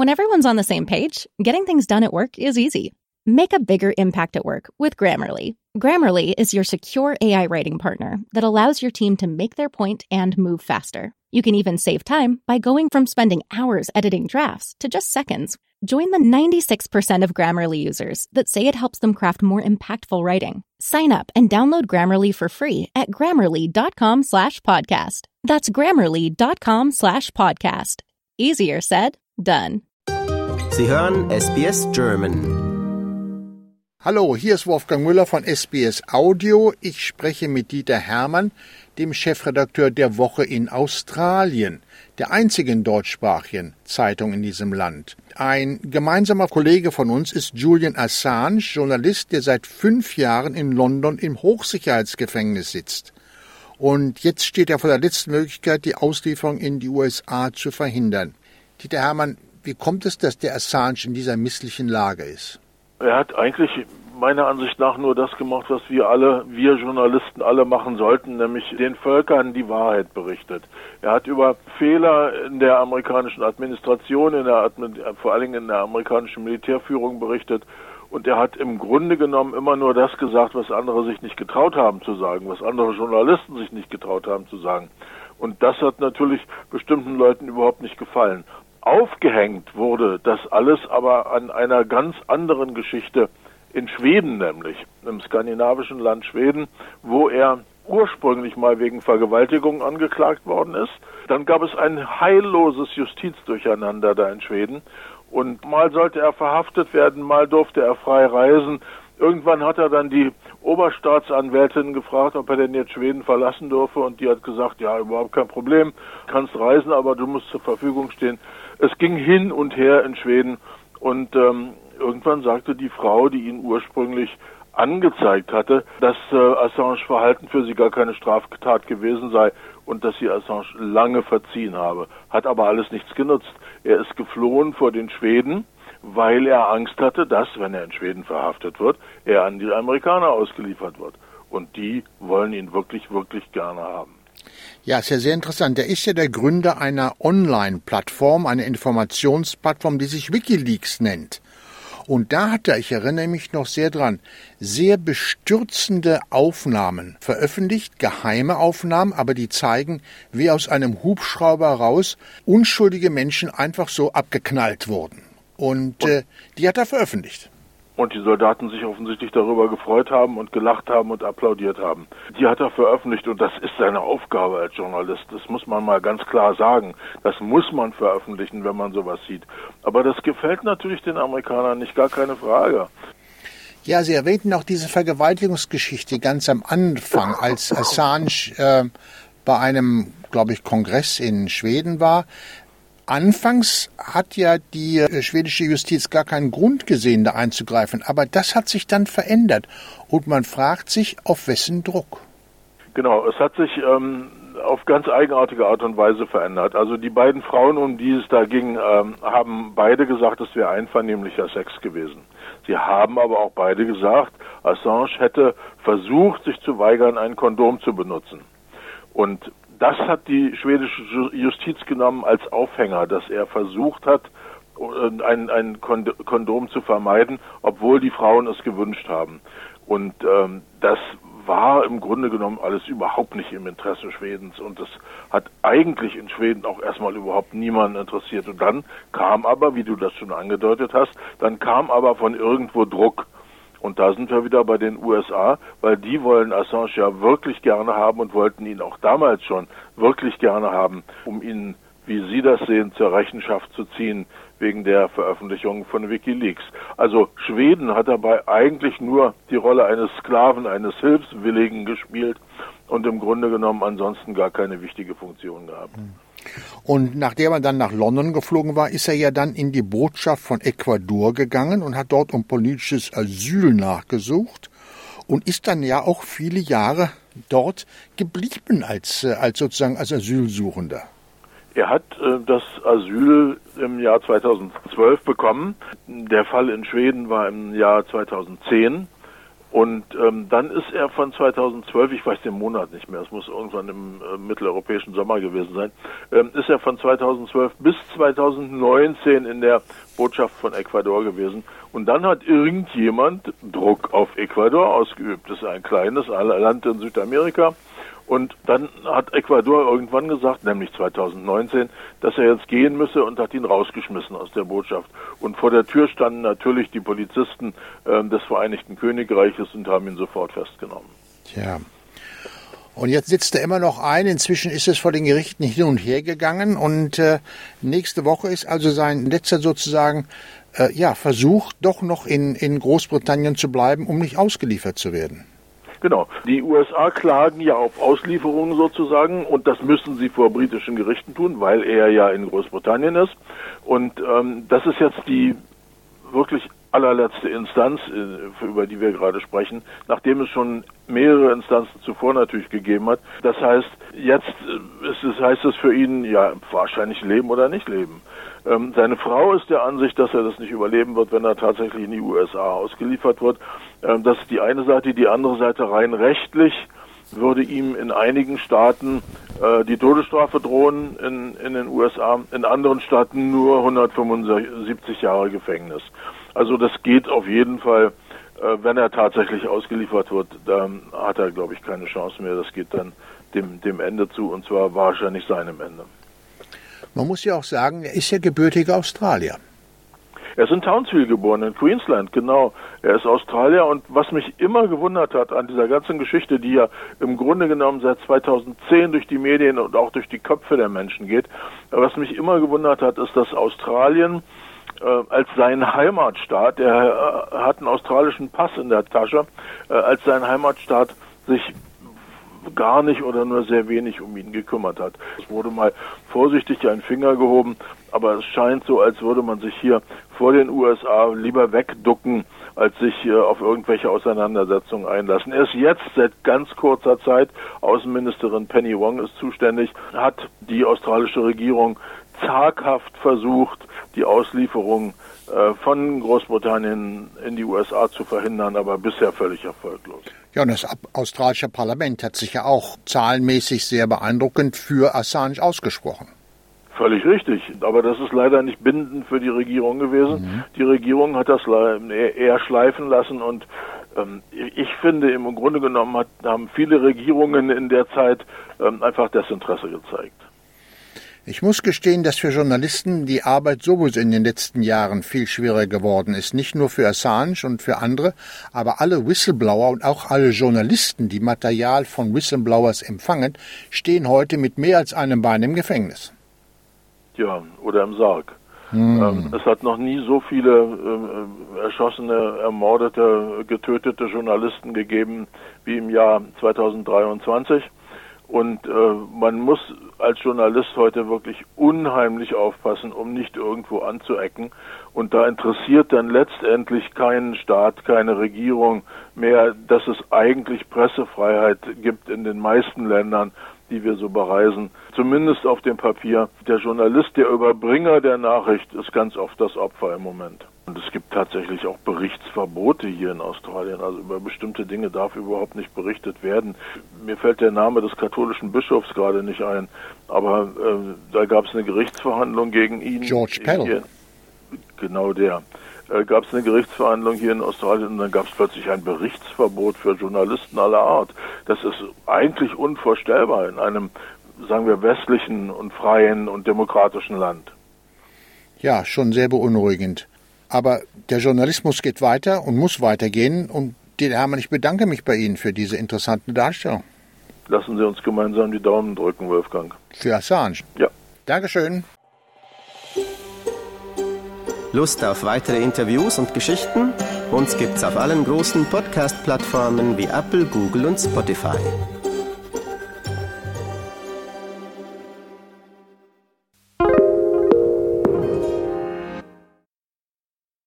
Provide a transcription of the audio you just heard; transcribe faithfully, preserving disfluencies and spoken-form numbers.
When everyone's on the same page, getting things done at work is easy. Make a bigger impact at work with Grammarly. Grammarly is your secure A I writing partner that allows your team to make their point and move faster. You can even save time by going from spending hours editing drafts to just seconds. Join the ninety-six percent of Grammarly users that say it helps them craft more impactful writing. Sign up and download Grammarly for free at grammarly.com slash podcast. That's grammarly.com slash podcast. Easier said, done. Sie hören S B S German. Hallo, hier ist Wolfgang Müller von S B S Audio. Ich spreche mit Dieter Hermann, dem Chefredakteur der Woche in Australien, der einzigen deutschsprachigen Zeitung in diesem Land. Ein gemeinsamer Kollege von uns ist Julian Assange, Journalist, der seit fünf Jahren in London im Hochsicherheitsgefängnis sitzt. Und jetzt steht er vor der letzten Möglichkeit, die Auslieferung in die U S A zu verhindern. Dieter Hermann, wie kommt es, dass der Assange in dieser misslichen Lage ist? Er hat eigentlich meiner Ansicht nach nur das gemacht, was wir alle, wir Journalisten alle machen sollten, nämlich den Völkern die Wahrheit berichtet. Er hat über Fehler in der amerikanischen Administration, in der Admin, vor allen Dingen in der amerikanischen Militärführung berichtet und er hat im Grunde genommen immer nur das gesagt, was andere sich nicht getraut haben zu sagen, was andere Journalisten sich nicht getraut haben zu sagen. Und das hat natürlich bestimmten Leuten überhaupt nicht gefallen. Aufgehängt wurde das alles aber an einer ganz anderen Geschichte in Schweden, nämlich im skandinavischen Land Schweden, wo er ursprünglich mal wegen Vergewaltigung angeklagt worden ist. Dann gab es ein heilloses Justizdurcheinander da in Schweden und mal sollte er verhaftet werden, mal durfte er frei reisen. Irgendwann hat er dann die Oberstaatsanwältin gefragt, ob er denn jetzt Schweden verlassen dürfe und die hat gesagt, ja, überhaupt kein Problem, kannst reisen, aber du musst zur Verfügung stehen. Es ging hin und her in Schweden und ähm, irgendwann sagte die Frau, die ihn ursprünglich angezeigt hatte, dass äh, Assange Verhalten für sie gar keine Straftat gewesen sei und dass sie Assange lange verziehen habe. Hat aber alles nichts genutzt. Er ist geflohen vor den Schweden, weil er Angst hatte, dass, wenn er in Schweden verhaftet wird, er an die Amerikaner ausgeliefert wird. Und die wollen ihn wirklich, wirklich gerne haben. Ja, ist ja sehr interessant. Er ist ja der Gründer einer Online-Plattform, einer Informationsplattform, die sich WikiLeaks nennt. Und da hat er, ich erinnere mich noch sehr dran, sehr bestürzende Aufnahmen veröffentlicht, geheime Aufnahmen, aber die zeigen, wie aus einem Hubschrauber raus unschuldige Menschen einfach so abgeknallt wurden. Und äh, die hat er veröffentlicht. Und die Soldaten sich offensichtlich darüber gefreut haben und gelacht haben und applaudiert haben. Die hat er veröffentlicht und das ist seine Aufgabe als Journalist. Das muss man mal ganz klar sagen. Das muss man veröffentlichen, wenn man sowas sieht. Aber das gefällt natürlich den Amerikanern nicht, gar keine Frage. Ja, Sie erwähnten auch diese Vergewaltigungsgeschichte ganz am Anfang, als Assange äh, bei einem, glaube ich, Kongress in Schweden war. Anfangs hat ja die äh, schwedische Justiz gar keinen Grund gesehen, da einzugreifen. Aber das hat sich dann verändert. Und man fragt sich, auf wessen Druck? Genau, es hat sich ähm, auf ganz eigenartige Art und Weise verändert. Also die beiden Frauen, um die es da ging, ähm, haben beide gesagt, es wäre einvernehmlicher Sex gewesen. Sie haben aber auch beide gesagt, Assange hätte versucht, sich zu weigern, ein Kondom zu benutzen. Und das hat die schwedische Justiz genommen als Aufhänger, dass er versucht hat, ein, ein Kondom zu vermeiden, obwohl die Frauen es gewünscht haben. Und ähm, das war im Grunde genommen alles überhaupt nicht im Interesse Schwedens und das hat eigentlich in Schweden auch erstmal überhaupt niemanden interessiert. Und dann kam aber, wie du das schon angedeutet hast, dann kam aber von irgendwo Druck. Und da sind wir wieder bei den U S A, weil die wollen Assange ja wirklich gerne haben und wollten ihn auch damals schon wirklich gerne haben, um ihn, wie Sie das sehen, zur Rechenschaft zu ziehen wegen der Veröffentlichung von WikiLeaks. Also Schweden hat dabei eigentlich nur die Rolle eines Sklaven, eines Hilfswilligen gespielt und im Grunde genommen ansonsten gar keine wichtige Funktion gehabt. Und nachdem er dann nach London geflogen war, ist er ja dann in die Botschaft von Ecuador gegangen und hat dort um politisches Asyl nachgesucht und ist dann ja auch viele Jahre dort geblieben als, als sozusagen als Asylsuchender. Er hat äh, das Asyl im Jahr zweitausendzwölf bekommen. Der Fall in Schweden war im Jahr zweitausendzehn Und ähm, dann ist er von zweitausendzwölf, ich weiß den Monat nicht mehr, es muss irgendwann im äh, mitteleuropäischen Sommer gewesen sein, ähm, ist er von zweitausendzwölf bis zweitausendneunzehn in der Botschaft von Ecuador gewesen. Und dann hat irgendjemand Druck auf Ecuador ausgeübt. Das ist ein kleines Land in Südamerika. Und dann hat Ecuador irgendwann gesagt, nämlich zweitausendneunzehn, dass er jetzt gehen müsse und hat ihn rausgeschmissen aus der Botschaft. Und vor der Tür standen natürlich die Polizisten äh, des Vereinigten Königreiches und haben ihn sofort festgenommen. Tja. Und jetzt sitzt er immer noch ein. Inzwischen ist es vor den Gerichten hin und her gegangen. Und äh, nächste Woche ist also sein letzter sozusagen äh, ja, Versuch, doch noch in, in Großbritannien zu bleiben, um nicht ausgeliefert zu werden. Genau. Die U S A klagen ja auf Auslieferungen sozusagen und das müssen sie vor britischen Gerichten tun, weil er ja in Großbritannien ist. Und ähm, das ist jetzt die wirklich allerletzte Instanz, äh, über die wir gerade sprechen, nachdem es schon mehrere Instanzen zuvor natürlich gegeben hat. Das heißt, jetzt äh, ist es, heißt es für ihn ja wahrscheinlich leben oder nicht leben. Ähm, seine Frau ist der Ansicht, dass er das nicht überleben wird, wenn er tatsächlich in die U S A ausgeliefert wird. Ähm, das ist die eine Seite. Die andere Seite rein rechtlich würde ihm in einigen Staaten äh, die Todesstrafe drohen in, in den U S A, in anderen Staaten nur hundertfünfundsiebzig Jahre Gefängnis. Also das geht auf jeden Fall, äh, wenn er tatsächlich ausgeliefert wird, dann hat er, glaube ich, keine Chance mehr. Das geht dann dem, dem Ende zu, und zwar wahrscheinlich seinem Ende. Man muss ja auch sagen, er ist ja gebürtiger Australier. Er ist in Townsville geboren, in Queensland, genau. Er ist Australier, und was mich immer gewundert hat an dieser ganzen Geschichte, die ja im Grunde genommen seit zweitausendzehn durch die Medien und auch durch die Köpfe der Menschen geht, was mich immer gewundert hat, ist, dass Australien äh, als sein Heimatstaat, er äh, hat einen australischen Pass in der Tasche, äh, als sein Heimatstaat sich gar nicht oder nur sehr wenig um ihn gekümmert hat. Es wurde mal vorsichtig ein Finger gehoben, aber es scheint so, als würde man sich hier vor den U S A lieber wegducken, als sich äh, auf irgendwelche Auseinandersetzungen einlassen. Erst jetzt, seit ganz kurzer Zeit, Außenministerin Penny Wong ist zuständig, hat die australische Regierung zaghaft versucht, die Auslieferung äh, von Großbritannien in die U S A zu verhindern, aber bisher völlig erfolglos. Ja, und das australische Parlament hat sich ja auch zahlenmäßig sehr beeindruckend für Assange ausgesprochen. Völlig richtig, aber das ist leider nicht bindend für die Regierung gewesen. Mhm. Die Regierung hat das eher schleifen lassen, und ähm, ich finde, im Grunde genommen hat, haben viele Regierungen in der Zeit ähm, einfach Desinteresse gezeigt. Ich muss gestehen, dass für Journalisten die Arbeit sowieso in den letzten Jahren viel schwerer geworden ist. Nicht nur für Assange und für andere, aber alle Whistleblower und auch alle Journalisten, die Material von Whistleblowers empfangen, stehen heute mit mehr als einem Bein im Gefängnis. Ja, oder im Sarg. Hm. Ähm, es hat noch nie so viele äh, erschossene, ermordete, getötete Journalisten gegeben wie im Jahr zweitausenddreiundzwanzig. Und äh, man muss als Journalist heute wirklich unheimlich aufpassen, um nicht irgendwo anzuecken. Und da interessiert dann letztendlich keinen Staat, keine Regierung mehr, dass es eigentlich Pressefreiheit gibt in den meisten Ländern, die wir so bereisen. Zumindest auf dem Papier. Der Journalist, der Überbringer der Nachricht, ist ganz oft das Opfer im Moment. Und es gibt tatsächlich auch Berichtsverbote hier in Australien. Also über bestimmte Dinge darf überhaupt nicht berichtet werden. Mir fällt der Name des katholischen Bischofs gerade nicht ein, aber äh, da gab es eine Gerichtsverhandlung gegen ihn. George Pell. Hier, genau der. Äh, gab es eine Gerichtsverhandlung hier in Australien, und dann gab es plötzlich ein Berichtsverbot für Journalisten aller Art. Das ist eigentlich unvorstellbar in einem, sagen wir, westlichen und freien und demokratischen Land. Ja, schon sehr beunruhigend. Aber der Journalismus geht weiter und muss weitergehen. Und Dieter Hermann, ich bedanke mich bei Ihnen für diese interessante Darstellung. Lassen Sie uns gemeinsam die Daumen drücken, Wolfgang. Für Assange. Ja. Dankeschön. Lust auf weitere Interviews und Geschichten? Uns gibt's auf allen großen Podcast-Plattformen wie Apple, Google und Spotify.